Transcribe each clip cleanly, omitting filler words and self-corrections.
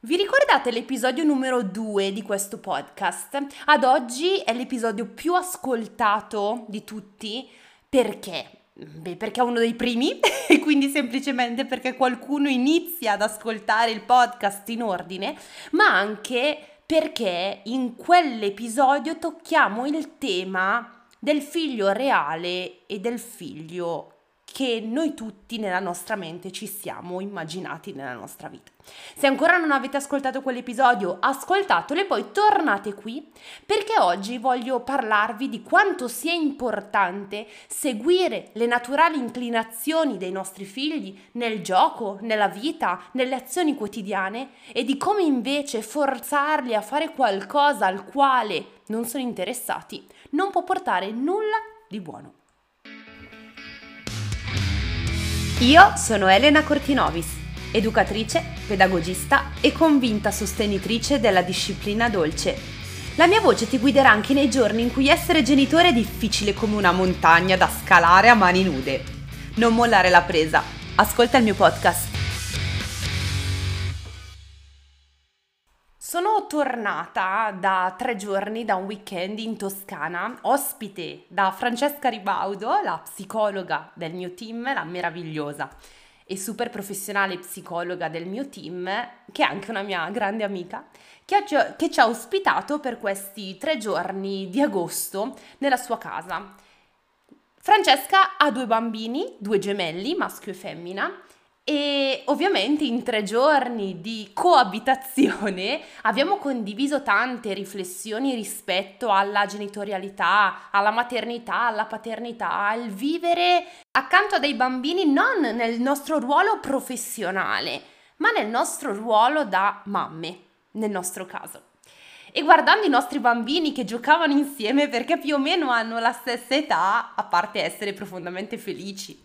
Vi ricordate l'episodio numero 2 di questo podcast? Ad oggi è l'episodio più ascoltato di tutti. Perché? Perché è uno dei primi e quindi semplicemente perché qualcuno inizia ad ascoltare il podcast in ordine, ma anche perché in quell'episodio tocchiamo il tema del figlio reale e del figlio che noi tutti nella nostra mente ci siamo immaginati nella nostra vita. Se ancora non avete ascoltato quell'episodio, ascoltatelo e poi tornate qui perché oggi voglio parlarvi di quanto sia importante seguire le naturali inclinazioni dei nostri figli nel gioco, nella vita, nelle azioni quotidiane e di come invece forzarli a fare qualcosa al quale non sono interessati non può portare nulla di buono. Io sono Elena Cortinovis, educatrice, pedagogista e convinta sostenitrice della disciplina dolce. La mia voce ti guiderà anche nei giorni in cui essere genitore è difficile come una montagna da scalare a mani nude. Non mollare la presa, ascolta il mio podcast. Sono tornata da 3 giorni da un weekend in Toscana, ospite da Francesca Ribaudo, la psicologa del mio team, la meravigliosa e super professionale psicologa del mio team, che è anche una mia grande amica, che ci ha ospitato per questi 3 giorni di agosto nella sua casa. Francesca ha 2 bambini, 2 gemelli, maschio e femmina, e ovviamente in 3 giorni di coabitazione abbiamo condiviso tante riflessioni rispetto alla genitorialità, alla maternità, alla paternità, al vivere accanto a dei bambini non nel nostro ruolo professionale, ma nel nostro ruolo da mamme, nel nostro caso. E guardando i nostri bambini che giocavano insieme perché più o meno hanno la stessa età, a parte essere profondamente felici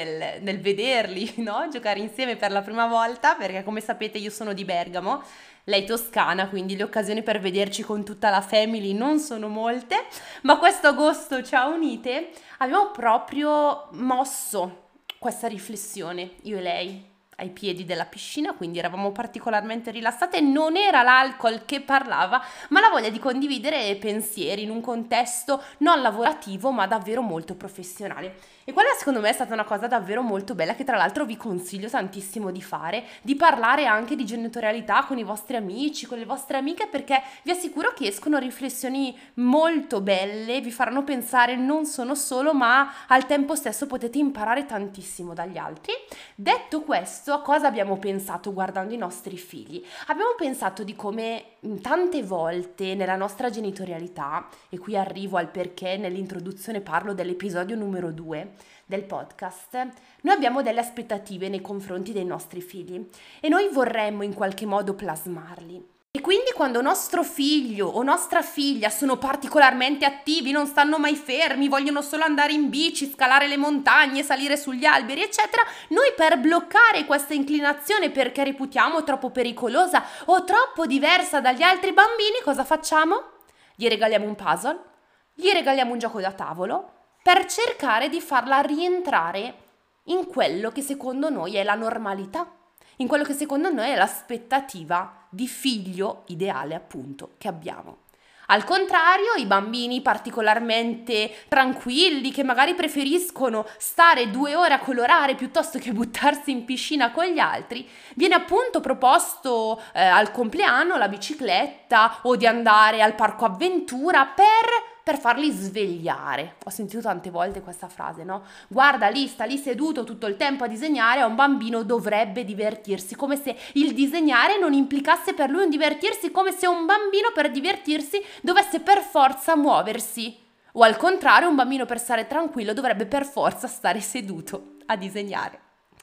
nel vederli, no? Giocare insieme per la prima volta, perché come sapete io sono di Bergamo, lei toscana, quindi le occasioni per vederci con tutta la family non sono molte, ma questo agosto ci ha unite, abbiamo proprio mosso questa riflessione, io e lei, ai piedi della piscina, quindi eravamo particolarmente rilassate. Non era l'alcol che parlava, ma la voglia di condividere pensieri in un contesto non lavorativo, ma davvero molto professionale. E quella secondo me è stata una cosa davvero molto bella che tra l'altro vi consiglio tantissimo di fare, di parlare anche di genitorialità con i vostri amici, con le vostre amiche, perché vi assicuro che escono riflessioni molto belle, vi faranno pensare non sono solo, ma al tempo stesso potete imparare tantissimo dagli altri. Detto questo, a cosa abbiamo pensato guardando i nostri figli? Abbiamo pensato di come tante volte nella nostra genitorialità, e qui arrivo al perché nell'introduzione parlo dell'episodio numero 2 del podcast, noi abbiamo delle aspettative nei confronti dei nostri figli e noi vorremmo in qualche modo plasmarli. E quindi quando nostro figlio o nostra figlia sono particolarmente attivi, non stanno mai fermi, vogliono solo andare in bici, scalare le montagne, salire sugli alberi, eccetera, noi per bloccare questa inclinazione perché reputiamo troppo pericolosa o troppo diversa dagli altri bambini, cosa facciamo? Gli regaliamo un puzzle, gli regaliamo un gioco da tavolo per cercare di farla rientrare in quello che secondo noi è la normalità, in quello che secondo noi è l'aspettativa di figlio ideale appunto che abbiamo. Al contrario, i bambini particolarmente tranquilli che magari preferiscono stare 2 ore a colorare piuttosto che buttarsi in piscina con gli altri, viene appunto proposto al compleanno la bicicletta o di andare al parco avventura per farli svegliare. Ho sentito tante volte questa frase, no? Guarda, lì sta lì seduto tutto il tempo a disegnare, un bambino dovrebbe divertirsi, come se il disegnare non implicasse per lui un divertirsi, come se un bambino per divertirsi dovesse per forza muoversi. O al contrario, un bambino per stare tranquillo dovrebbe per forza stare seduto a disegnare.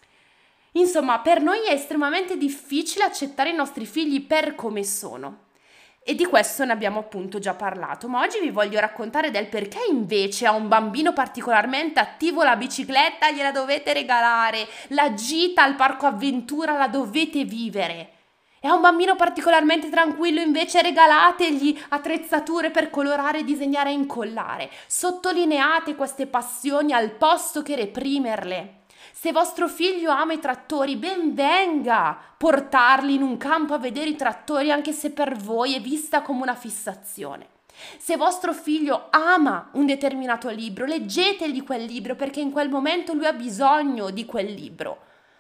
Insomma, per noi è estremamente difficile accettare i nostri figli per come sono. E di questo ne abbiamo appunto già parlato, ma oggi vi voglio raccontare del perché invece a un bambino particolarmente attivo la bicicletta gliela dovete regalare, la gita al parco avventura la dovete vivere. E a un bambino particolarmente tranquillo invece regalategli attrezzature per colorare, disegnare e incollare. Sottolineate queste passioni al posto che reprimerle. Se vostro figlio ama i trattori, ben venga portarli in un campo a vedere i trattori, anche se per voi è vista come una fissazione. Se vostro figlio ama un determinato libro, leggetegli quel libro perché in quel momento lui ha bisogno di quel libro.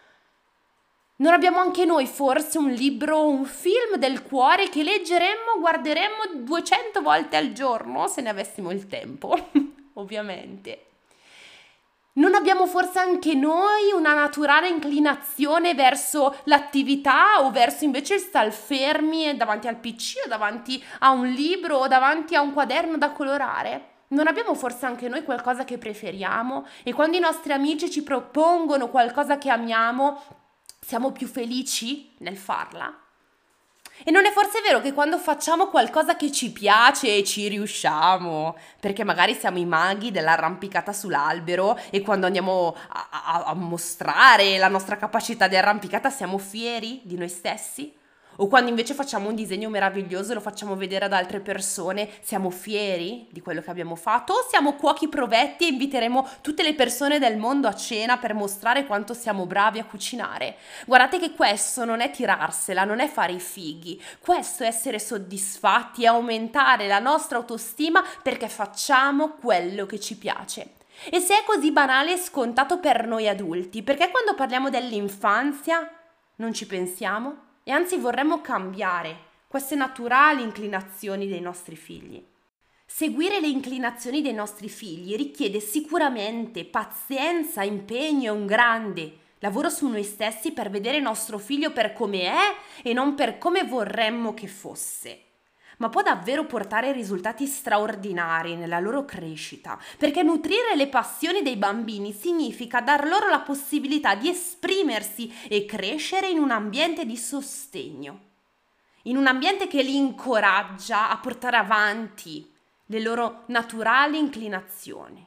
Non abbiamo anche noi forse un libro, un film del cuore che leggeremmo, guarderemmo 200 volte al giorno se ne avessimo il tempo, ovviamente. Non abbiamo forse anche noi una naturale inclinazione verso l'attività o verso invece il star fermi davanti al PC o davanti a un libro o davanti a un quaderno da colorare? Non abbiamo forse anche noi qualcosa che preferiamo e quando i nostri amici ci propongono qualcosa che amiamo, siamo più felici nel farla? E non è forse vero che quando facciamo qualcosa che ci piace e ci riusciamo, perché magari siamo i maghi dell'arrampicata sull'albero e quando andiamo a mostrare la nostra capacità di arrampicata siamo fieri di noi stessi? O quando invece facciamo un disegno meraviglioso e lo facciamo vedere ad altre persone, siamo fieri di quello che abbiamo fatto? O siamo cuochi provetti e inviteremo tutte le persone del mondo a cena per mostrare quanto siamo bravi a cucinare? Guardate che questo non è tirarsela, non è fare i fighi, questo è essere soddisfatti e aumentare la nostra autostima perché facciamo quello che ci piace. E se è così banale e scontato per noi adulti, perché quando parliamo dell'infanzia non ci pensiamo? E anzi vorremmo cambiare queste naturali inclinazioni dei nostri figli. Seguire le inclinazioni dei nostri figli richiede sicuramente pazienza, impegno e un grande lavoro su noi stessi per vedere nostro figlio per come è e non per come vorremmo che fosse. Ma può davvero portare risultati straordinari nella loro crescita, perché nutrire le passioni dei bambini significa dar loro la possibilità di esprimersi e crescere in un ambiente di sostegno, in un ambiente che li incoraggia a portare avanti le loro naturali inclinazioni.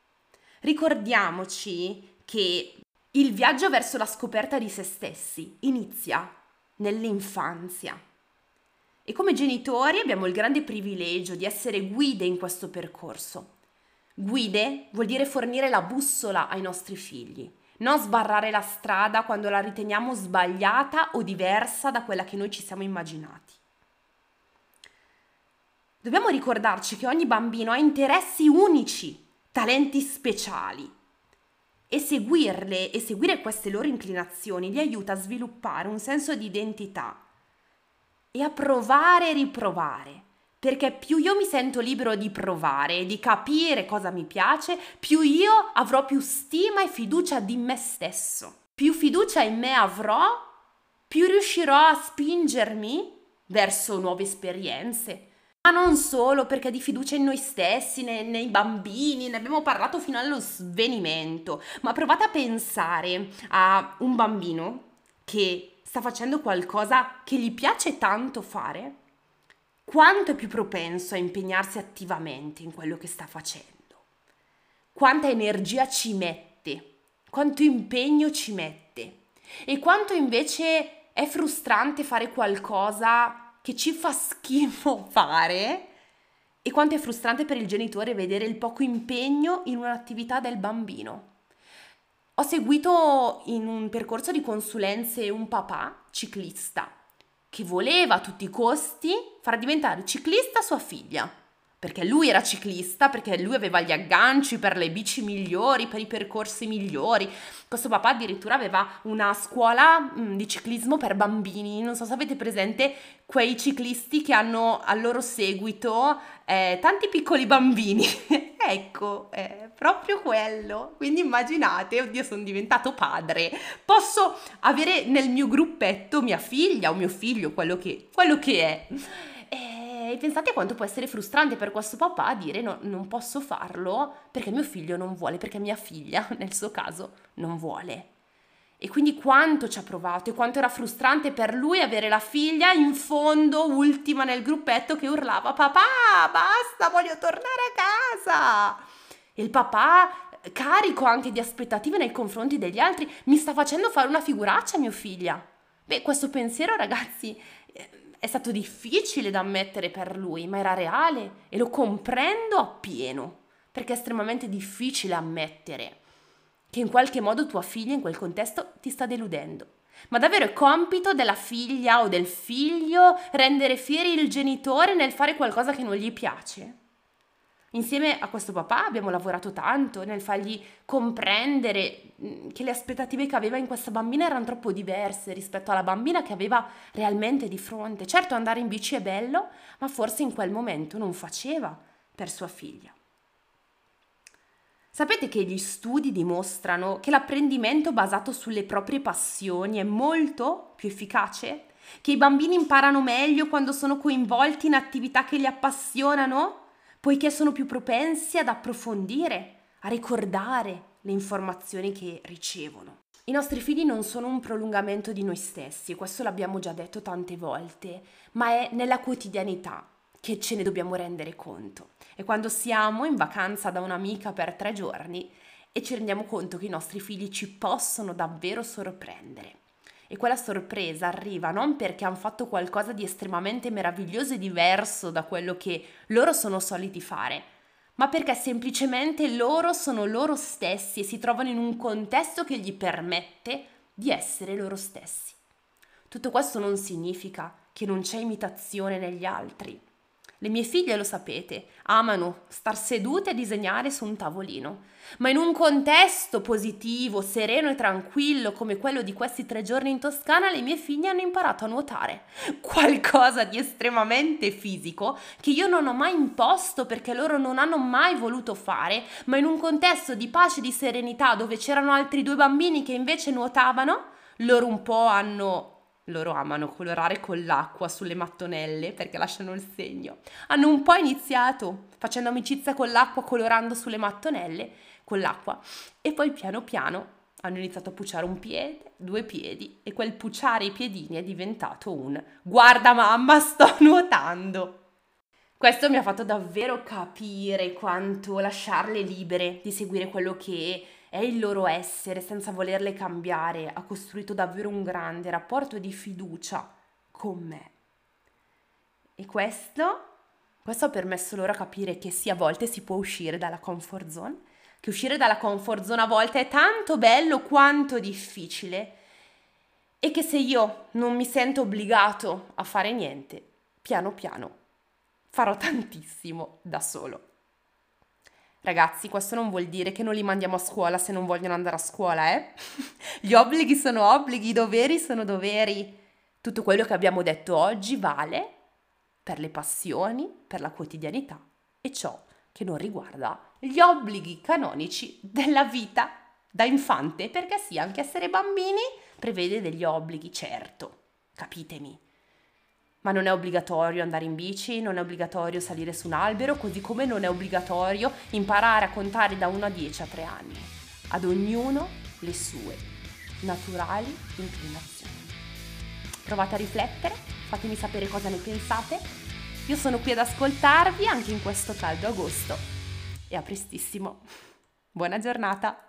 Ricordiamoci che il viaggio verso la scoperta di se stessi inizia nell'infanzia. E come genitori abbiamo il grande privilegio di essere guide in questo percorso. Guide vuol dire fornire la bussola ai nostri figli, non sbarrare la strada quando la riteniamo sbagliata o diversa da quella che noi ci siamo immaginati. Dobbiamo ricordarci che ogni bambino ha interessi unici, talenti speciali e seguirle e seguire queste loro inclinazioni li aiuta a sviluppare un senso di identità e a provare e riprovare, perché più io mi sento libero di provare e di capire cosa mi piace, più io avrò più stima e fiducia di me stesso. Più fiducia in me avrò, più riuscirò a spingermi verso nuove esperienze. Ma non solo, perché di fiducia in noi stessi, nei bambini, ne abbiamo parlato fino allo svenimento, ma provate a pensare a un bambino che sta facendo qualcosa che gli piace tanto fare, quanto è più propenso a impegnarsi attivamente in quello che sta facendo, quanta energia ci mette, quanto impegno ci mette e quanto invece è frustrante fare qualcosa che ci fa schifo fare e quanto è frustrante per il genitore vedere il poco impegno in un'attività del bambino. Ho seguito in un percorso di consulenze un papà ciclista che voleva a tutti i costi far diventare ciclista sua figlia, perché lui era ciclista, perché lui aveva gli agganci per le bici migliori, per i percorsi migliori. Questo papà addirittura aveva una scuola di ciclismo per bambini, non so se avete presente quei ciclisti che hanno al loro seguito tanti piccoli bambini. Ecco, proprio quello. Quindi immaginate, oddio, sono diventato padre, posso avere nel mio gruppetto mia figlia o mio figlio, quello che è. E pensate quanto può essere frustrante per questo papà dire no, non posso farlo perché mio figlio non vuole, perché mia figlia, nel suo caso, non vuole. E quindi quanto ci ha provato e quanto era frustrante per lui avere la figlia in fondo, ultima nel gruppetto, che urlava papà, basta, voglio tornare a casa. E il papà, carico anche di aspettative nei confronti degli altri, mi sta facendo fare una figuraccia a mia figlia. Beh, questo pensiero, ragazzi, è stato difficile da ammettere per lui, ma era reale e lo comprendo appieno, perché è estremamente difficile ammettere che in qualche modo tua figlia in quel contesto ti sta deludendo. Ma davvero è compito della figlia o del figlio rendere fieri il genitore nel fare qualcosa che non gli piace? Insieme a questo papà abbiamo lavorato tanto nel fargli comprendere che le aspettative che aveva in questa bambina erano troppo diverse rispetto alla bambina che aveva realmente di fronte. Certo, andare in bici è bello, ma forse in quel momento non faceva per sua figlia. Sapete che gli studi dimostrano che l'apprendimento basato sulle proprie passioni è molto più efficace? Che i bambini imparano meglio quando sono coinvolti in attività che li appassionano? Poiché sono più propensi ad approfondire, a ricordare le informazioni che ricevono. I nostri figli non sono un prolungamento di noi stessi, questo l'abbiamo già detto tante volte, ma è nella quotidianità che ce ne dobbiamo rendere conto. E quando siamo in vacanza da un'amica per 3 giorni e ci rendiamo conto che i nostri figli ci possono davvero sorprendere. E quella sorpresa arriva non perché hanno fatto qualcosa di estremamente meraviglioso e diverso da quello che loro sono soliti fare, ma perché semplicemente loro sono loro stessi e si trovano in un contesto che gli permette di essere loro stessi. Tutto questo non significa che non c'è imitazione negli altri. Le mie figlie, lo sapete, amano star sedute a disegnare su un tavolino, ma in un contesto positivo, sereno e tranquillo come quello di questi 3 giorni in Toscana, le mie figlie hanno imparato a nuotare. Qualcosa di estremamente fisico che io non ho mai imposto perché loro non hanno mai voluto fare, ma in un contesto di pace e di serenità dove c'erano altri 2 bambini che invece nuotavano, loro amano colorare con l'acqua sulle mattonelle perché lasciano il segno. Hanno un po' iniziato facendo amicizia con l'acqua, colorando sulle mattonelle con l'acqua e poi piano piano hanno iniziato a pucciare un piede, 2 piedi e quel pucciare i piedini è diventato un "guarda mamma, sto nuotando". Questo mi ha fatto davvero capire quanto lasciarle libere di seguire quello che è il loro essere senza volerle cambiare ha costruito davvero un grande rapporto di fiducia con me. E questo ha permesso loro a capire che sì, a volte si può uscire dalla comfort zone, che uscire dalla comfort zone a volte è tanto bello quanto difficile e che se io non mi sento obbligato a fare niente, piano piano farò tantissimo da solo. Ragazzi, questo non vuol dire che non li mandiamo a scuola se non vogliono andare a scuola, eh? Gli obblighi sono obblighi, i doveri sono doveri. Tutto quello che abbiamo detto oggi vale per le passioni, per la quotidianità e ciò che non riguarda gli obblighi canonici della vita da infante, perché sì, anche essere bambini prevede degli obblighi, certo, capitemi. Ma non è obbligatorio andare in bici, non è obbligatorio salire su un albero, così come non è obbligatorio imparare a contare da 1 a 10 a 3 anni. Ad ognuno le sue naturali inclinazioni. Provate a riflettere, fatemi sapere cosa ne pensate. Io sono qui ad ascoltarvi anche in questo caldo agosto. E a prestissimo. Buona giornata!